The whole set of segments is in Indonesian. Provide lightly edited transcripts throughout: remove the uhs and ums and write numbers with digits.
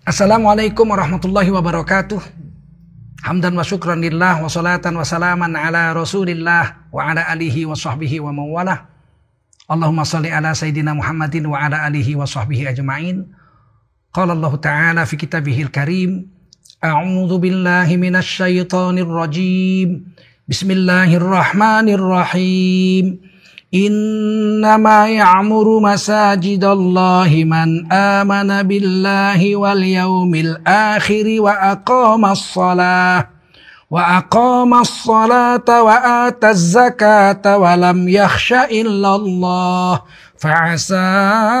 Assalamualaikum warahmatullahi wabarakatuh. Hamdan wa syukran lillah wa salatan wa salaman ala rasulillah wa ala alihi wa sahbihi wa mawalah. Allahumma salli ala sayyidina Muhammadin wa ala alihi wa sahbihi ajma'in. Qala Allah Ta'ala fi kitabihil karim, a'udzu billahi minasy syaithanir rajim. Bismillahirrahmanirrahim. Innama ya'muru masajidallahi man amana billahi wal yaumil akhiri wa aqamas salata wa ataz zakata wa lam yakhsha illallah fa'asa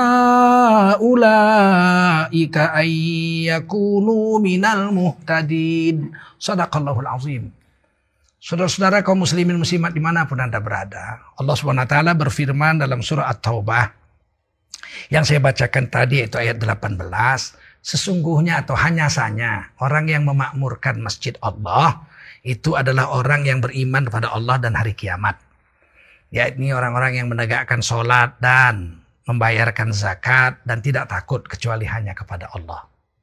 ulaika ay yakunu minal muhtadin. Shadaqallahul azim. Saudara-saudara kaum muslimin muslimat dimanapun Anda berada, Allah SWT berfirman dalam surah At-Taubah yang saya bacakan tadi, yaitu ayat 18, sesungguhnya atau hanya saja orang yang memakmurkan masjid Allah itu adalah orang yang beriman kepada Allah dan hari kiamat, yakni orang-orang yang menegakkan sholat dan membayarkan zakat dan tidak takut kecuali hanya kepada Allah.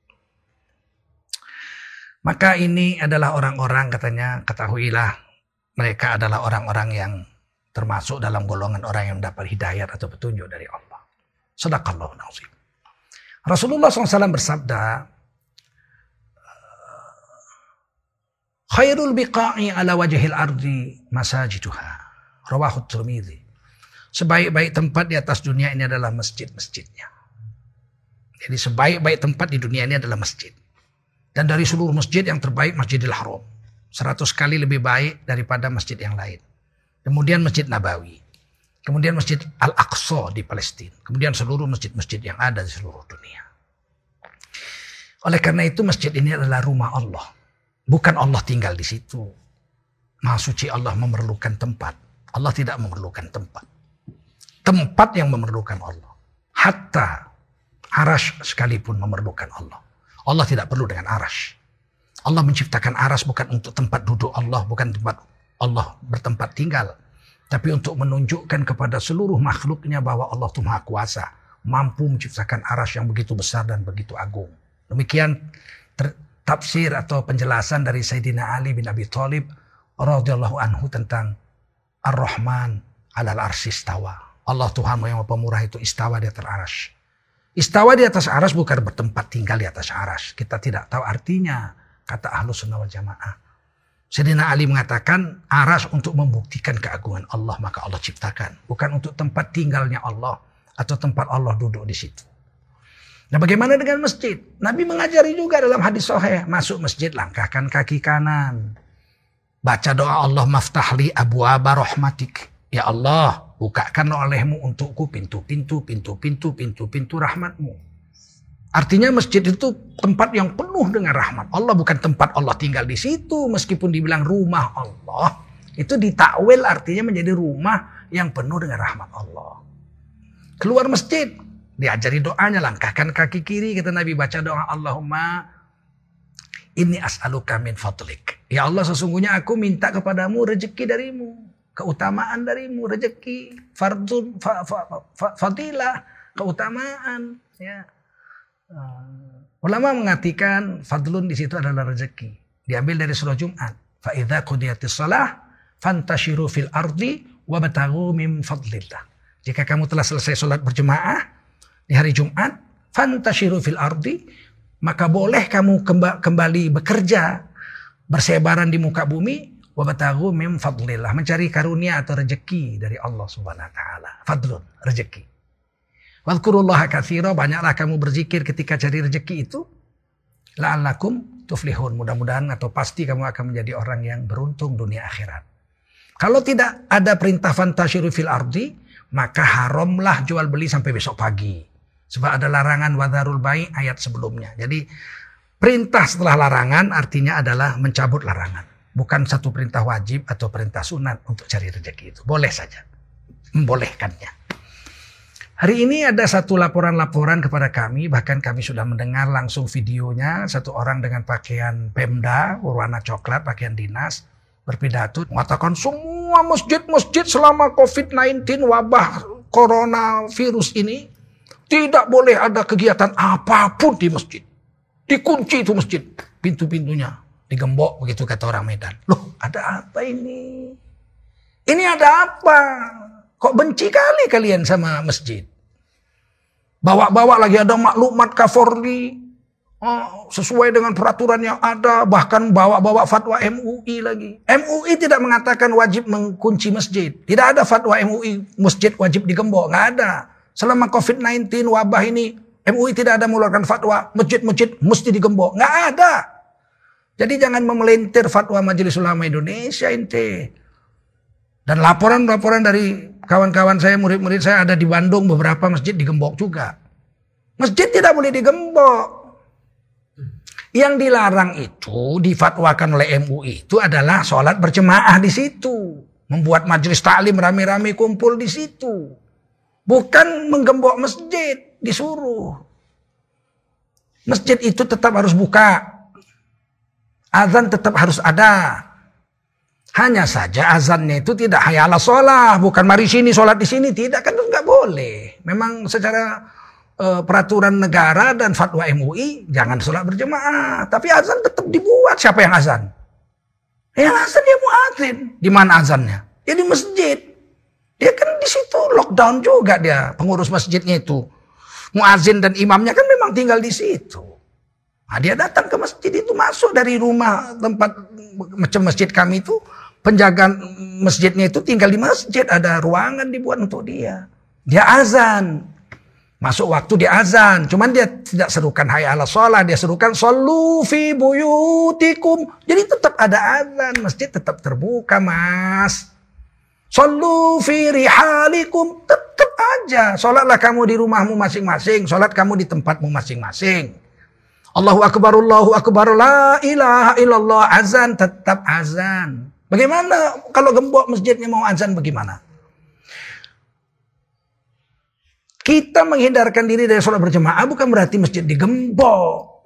Maka ini adalah orang-orang, katanya, ketahuilah mereka adalah orang-orang yang termasuk dalam golongan orang yang mendapat hidayat atau petunjuk dari Allah. Shadaqallahul azim. Rasulullah SAW bersabda, khairul biqa'i ala wajhil ardi masajiduha. Rawahu Tirmidzi. Sebaik-baik tempat di atas dunia ini adalah masjid-masjidnya. Jadi sebaik-baik tempat di dunia ini adalah masjid. Dan dari seluruh masjid yang terbaik Masjidil Haram. 100 kali lebih baik daripada masjid yang lain. Kemudian Masjid Nabawi. Kemudian Masjid Al-Aqsa di Palestina. Kemudian seluruh masjid-masjid yang ada di seluruh dunia. Oleh karena itu masjid ini adalah rumah Allah. Bukan Allah tinggal di situ. Maha suci Allah memerlukan tempat. Allah tidak memerlukan tempat. Tempat yang memerlukan Allah. Hatta Arash sekalipun memerlukan Allah. Allah tidak perlu dengan arash. Allah menciptakan arash bukan untuk tempat duduk Allah, bukan tempat Allah bertempat tinggal. Tapi untuk menunjukkan kepada seluruh makhluknya bahwa Allah itu Maha Kuasa. Mampu menciptakan arash yang begitu besar dan begitu agung. Demikian tafsir atau penjelasan dari Sayyidina Ali bin Abi Thalib radhiyallahu anhu tentang Ar-Rahman 'alal arsy istawa. Allah Tuhan yang Maha Pemurah itu istawa di atas arash. Istawa di atas aras bukan bertempat tinggal di atas aras. Kita tidak tahu artinya, kata Ahlus Sunnah wal Jamaah. Sayyidina Ali mengatakan aras untuk membuktikan keagungan Allah, maka Allah ciptakan. Bukan untuk tempat tinggalnya Allah atau tempat Allah duduk di situ. Nah, bagaimana dengan masjid? Nabi mengajari juga dalam hadis sahih, masuk masjid langkahkan kaki kanan. Baca doa Allah maftahli abwaaba rahmatik. Ya Allah, bukakan olehmu untukku pintu-pintu rahmatmu. Artinya masjid itu tempat yang penuh dengan rahmat Allah, bukan tempat Allah tinggal di situ. Meskipun dibilang rumah Allah, itu ditakwil artinya menjadi rumah yang penuh dengan rahmat Allah. Keluar masjid, diajari doanya, langkahkan kaki kiri, kata Nabi, baca doa Allahumma inni as'aluka min fadlik. Ya Allah, sesungguhnya aku minta kepadamu rezeki darimu. Keutamaan darimu, rezeki, fardun, fadilah, keutamaan. Ya. Ulama mengartikan fadlun di situ adalah rezeki. Diambil dari surah Jumat. Fa idza qudiyatis shalah fantashiru fil ardi wabtaghu min fadlillah. Jika kamu telah selesai sholat berjemaah di hari Jumat, fantashiru fil ardi, maka boleh kamu kembali bekerja, bersebaran di muka bumi. Wabtaghu min fadlillah, mencari karunia atau rezeki dari Allah Subhanahu wa taala. Fadlun, rezeki. Wadhkurullaha katsira, banyaklah kamu berzikir ketika cari rezeki itu. La'allakum tuflihun, mudah-mudahan atau pasti kamu akan menjadi orang yang beruntung dunia akhirat. Kalau tidak ada perintah fantashiru fil ardi, maka haramlah jual beli sampai besok pagi. Sebab ada larangan wadharul bai' ayat sebelumnya. Jadi perintah setelah larangan artinya adalah mencabut larangan. Bukan satu perintah wajib atau perintah sunat untuk cari rezeki itu. Boleh saja. Membolehkannya. Hari ini ada satu laporan-laporan kepada kami. Bahkan kami sudah mendengar langsung videonya. Satu orang dengan pakaian Pemda, berwarna coklat, pakaian dinas. Berpidato. Mengatakan semua masjid-masjid selama COVID-19 wabah coronavirus ini. Tidak boleh ada kegiatan apapun di masjid. Dikunci itu masjid, pintu-pintunya digembok begitu kata orang Medan. Loh, ada apa ini? Ini ada apa? Kok benci kali kalian sama masjid? Bawa-bawa lagi ada maklumat Kaforli, sesuai dengan peraturan yang ada, bahkan bawa-bawa fatwa MUI lagi. MUI tidak mengatakan wajib mengunci masjid. Tidak ada fatwa MUI masjid wajib digembok, nggak ada. Selama COVID-19 wabah ini, MUI tidak ada mengeluarkan fatwa masjid-masjid mesti digembok, nggak ada. Jadi jangan memelintir fatwa Majelis Ulama Indonesia ente. Dan laporan-laporan dari kawan-kawan saya, murid-murid saya ada di Bandung, beberapa masjid digembok juga. Masjid tidak boleh digembok. Yang dilarang itu difatwakan oleh MUI itu adalah sholat berjemaah di situ. Membuat majelis taklim rame-rame kumpul di situ. Bukan menggembok masjid, disuruh. Masjid itu tetap harus buka. Azan tetap harus ada. Hanya saja azannya itu tidak hayya 'alas shalah, bukan mari sini sholat di sini, tidak, kan itu nggak boleh. Memang secara peraturan negara dan fatwa MUI jangan sholat berjemaah, tapi azan tetap dibuat. Siapa yang azan? Yang azan dia muadzin. Di mana azannya? Ya di masjid. Dia kan di situ lockdown juga dia, pengurus masjidnya itu. Muadzin dan imamnya kan memang tinggal di situ. Nah, dia datang ke masjid itu, masuk dari rumah tempat macam masjid kami itu, penjaga masjidnya itu tinggal di masjid, ada ruangan dibuat untuk dia. Dia azan. Masuk waktu dia azan, cuman dia tidak serukan hayya 'alas shalah, dia serukan shollu fi buyutikum. Jadi tetap ada azan, masjid tetap terbuka, Mas. Shollu fi rihalikum, tetap aja. Sholatlah kamu di rumahmu masing-masing, sholat kamu di tempatmu masing-masing. Allahu Akbar, la ilaha illallah, azan tetap azan. Bagaimana kalau gembok masjidnya mau azan bagaimana? Kita menghindarkan diri dari sholat berjemaah bukan berarti masjid digembok.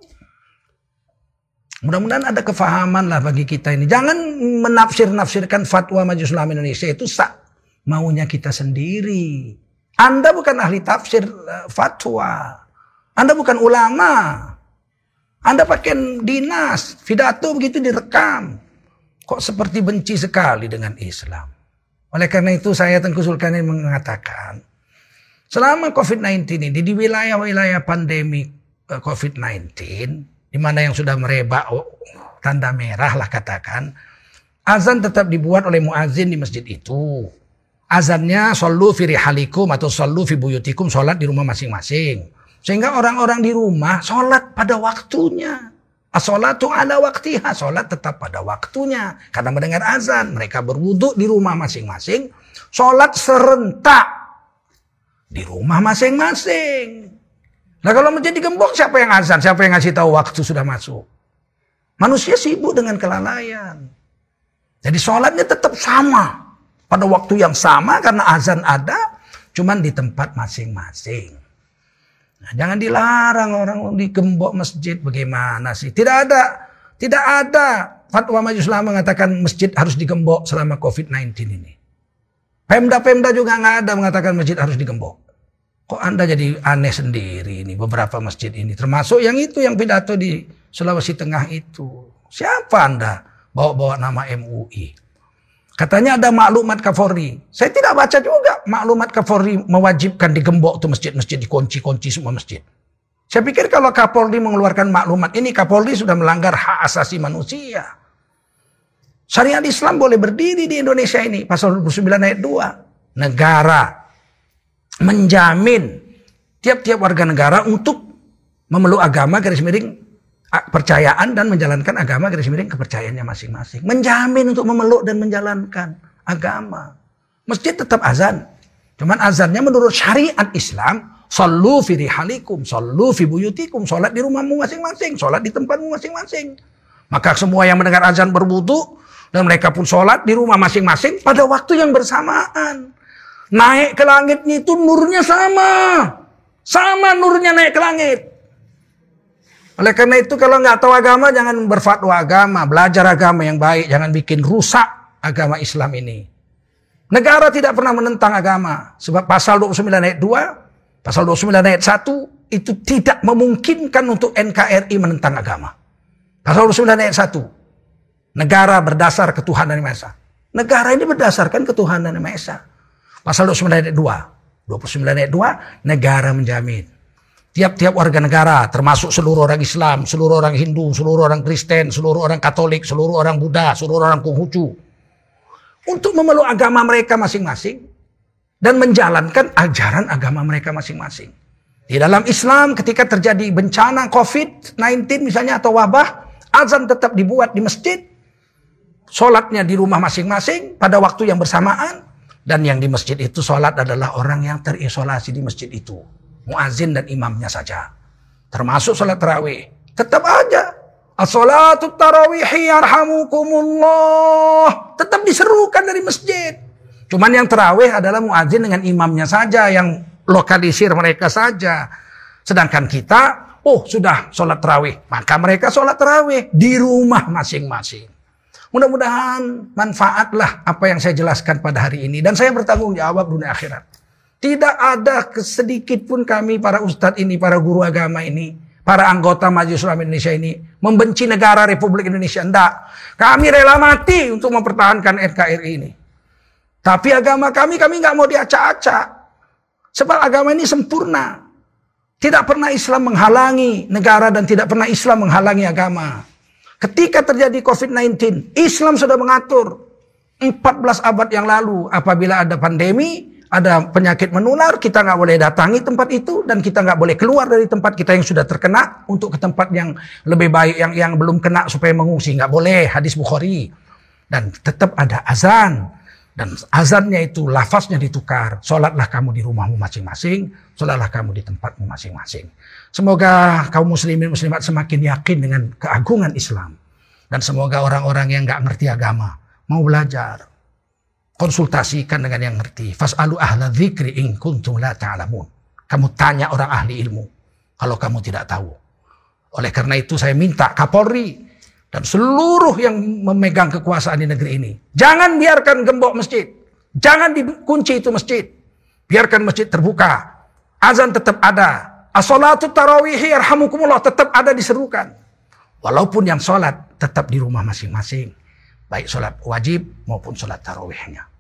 Mudah-mudahan ada kefahaman lah bagi kita ini. Jangan menafsir-nafsirkan fatwa Majelis Ulama Indonesia itu maunya kita sendiri. Anda bukan ahli tafsir fatwa. Anda bukan ulama. Anda pakai dinas, pidato begitu direkam. Kok seperti benci sekali dengan Islam. Oleh karena itu saya Tengku Zulkarnain mengatakan, selama COVID-19 ini di wilayah-wilayah pandemi COVID-19, di mana yang sudah merebak tanda merah lah katakan, azan tetap dibuat oleh muazin di masjid itu. Azannya shollu fi rihalikum atau shollu fi buyutikum, sholat di rumah masing-masing. Sehingga orang-orang di rumah sholat pada waktunya. As-sholatu ala waktiha, sholat tetap pada waktunya. Karena mendengar azan, mereka berwudu di rumah masing-masing. Sholat serentak di rumah masing-masing. Nah kalau menjadi gembok, siapa yang azan? Siapa yang ngasih tahu waktu sudah masuk? Manusia sibuk dengan kelalaian. Jadi sholatnya tetap sama. Pada waktu yang sama karena azan ada, cuman di tempat masing-masing. Nah, jangan dilarang orang digembok masjid, bagaimana sih? Tidak ada fatwa Majelis Ulama mengatakan masjid harus digembok selama COVID-19 ini. Pemda-pemda juga nggak ada mengatakan masjid harus digembok. Kok Anda jadi aneh sendiri ini beberapa masjid ini, termasuk yang itu yang pidato di Sulawesi Tengah itu. Siapa Anda bawa-bawa nama MUI? Katanya ada maklumat Kapolri. Saya tidak baca juga maklumat Kapolri mewajibkan digembok tuh masjid-masjid, dikunci-kunci semua masjid. Saya pikir kalau Kapolri mengeluarkan maklumat ini, Kapolri sudah melanggar hak asasi manusia. Syariat Islam boleh berdiri di Indonesia ini, pasal 29 ayat 2. Negara menjamin tiap-tiap warga negara untuk memeluk agama garis miring percayaan dan menjalankan agama garis miring kepercayaannya masing-masing. Menjamin untuk memeluk dan menjalankan agama. Masjid tetap azan. Cuman azannya menurut syariat Islam, shollu fi rihalikum, shollu fi buyutikum, sholat di rumahmu masing-masing, sholat di tempatmu masing-masing. Maka semua yang mendengar azan berwudu dan mereka pun sholat di rumah masing-masing pada waktu yang bersamaan. Naik ke langitnya itu nurnya sama. Sama nurnya naik ke langit. Oleh karena itu kalau nggak tahu agama jangan berfatwa agama, belajar agama yang baik, jangan bikin rusak agama Islam ini. Negara tidak pernah menentang agama, sebab pasal 29 ayat 2, pasal 29 ayat 1 itu tidak memungkinkan untuk NKRI menentang agama. Pasal 29 ayat 1. Negara berdasar ketuhanan yang Maha Esa. Negara ini berdasarkan ketuhanan yang Maha Esa. Pasal 29 ayat 2. 29 ayat 2, negara menjamin tiap-tiap warga negara, termasuk seluruh orang Islam, seluruh orang Hindu, seluruh orang Kristen, seluruh orang Katolik, seluruh orang Buddha, seluruh orang Konghucu, untuk memeluk agama mereka masing-masing dan menjalankan ajaran agama mereka masing-masing. Di dalam Islam ketika terjadi bencana COVID-19 misalnya atau wabah, azan tetap dibuat di masjid, sholatnya di rumah masing-masing pada waktu yang bersamaan, dan yang di masjid itu sholat adalah orang yang terisolasi di masjid itu. Muazin dan imamnya saja. Termasuk sholat tarawih. Tetap aja. As-sholatu tarawihi yarhamukumullah. Tetap diserukan dari masjid. Cuman yang tarawih adalah muazin dengan imamnya saja. Yang lokalisir mereka saja. Sedangkan kita, sudah sholat tarawih. Maka mereka sholat tarawih di rumah masing-masing. Mudah-mudahan manfaatlah apa yang saya jelaskan pada hari ini. Dan saya bertanggung jawab dunia akhirat. Tidak ada sedikit pun kami para ustadz ini, para guru agama ini, para anggota Majelis Ulama Indonesia ini membenci negara Republik Indonesia. Tidak. Kami rela mati untuk mempertahankan NKRI ini. Tapi agama kami nggak mau diacak-acak. Sebab agama ini sempurna. Tidak pernah Islam menghalangi negara dan tidak pernah Islam menghalangi agama. Ketika terjadi COVID-19, Islam sudah mengatur 14 abad yang lalu apabila ada pandemi, ada penyakit menular, kita nggak boleh datangi tempat itu dan kita nggak boleh keluar dari tempat kita yang sudah terkena untuk ke tempat yang lebih baik, yang belum kena supaya mengungsi. Nggak boleh, hadis Bukhari. Dan tetap ada azan. Dan azannya itu lafaznya ditukar. Sholatlah kamu di rumahmu masing-masing, sholatlah kamu di tempatmu masing-masing. Semoga kaum muslimin muslimat semakin yakin dengan keagungan Islam. Dan semoga orang-orang yang nggak ngerti agama mau belajar. Konsultasikan dengan yang ngerti. Fas'alu ahla dzikri in kuntum la ta'lamun. Kamu tanya orang ahli ilmu kalau kamu tidak tahu. Oleh karena itu saya minta Kapolri dan seluruh yang memegang kekuasaan di negeri ini, jangan biarkan gembok masjid. Jangan dikunci itu masjid. Biarkan masjid terbuka. Azan tetap ada. As-sholatu tarawihi yarhamukumullah tetap ada diserukan. Walaupun yang sholat tetap di rumah masing-masing. Baik sholat wajib maupun sholat tarawihnya.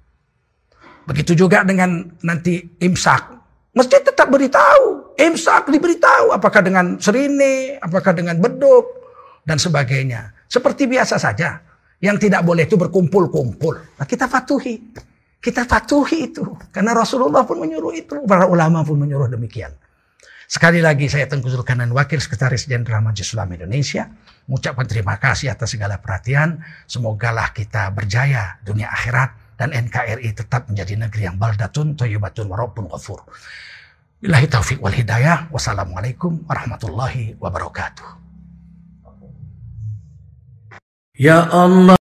Begitu juga dengan nanti imsak. Masjid tetap beritahu. Imsak diberitahu. Apakah dengan serine, apakah dengan beduk, dan sebagainya. Seperti biasa saja. Yang tidak boleh itu berkumpul-kumpul. Nah, kita patuhi. Kita patuhi itu. Karena Rasulullah pun menyuruh itu. Para ulama pun menyuruh demikian. Sekali lagi saya Tengku Zulkarnain, Wakil Sekretaris Jenderal Majelis Ulama Indonesia, mengucapkan terima kasih atas segala perhatian. Semogalah kita berjaya dunia akhirat dan NKRI tetap menjadi negeri yang baldatun, thayyibatun, wa rabbun ghafur. Billahi taufiq wal hidayah. Wassalamualaikum warahmatullahi wabarakatuh. Ya Allah.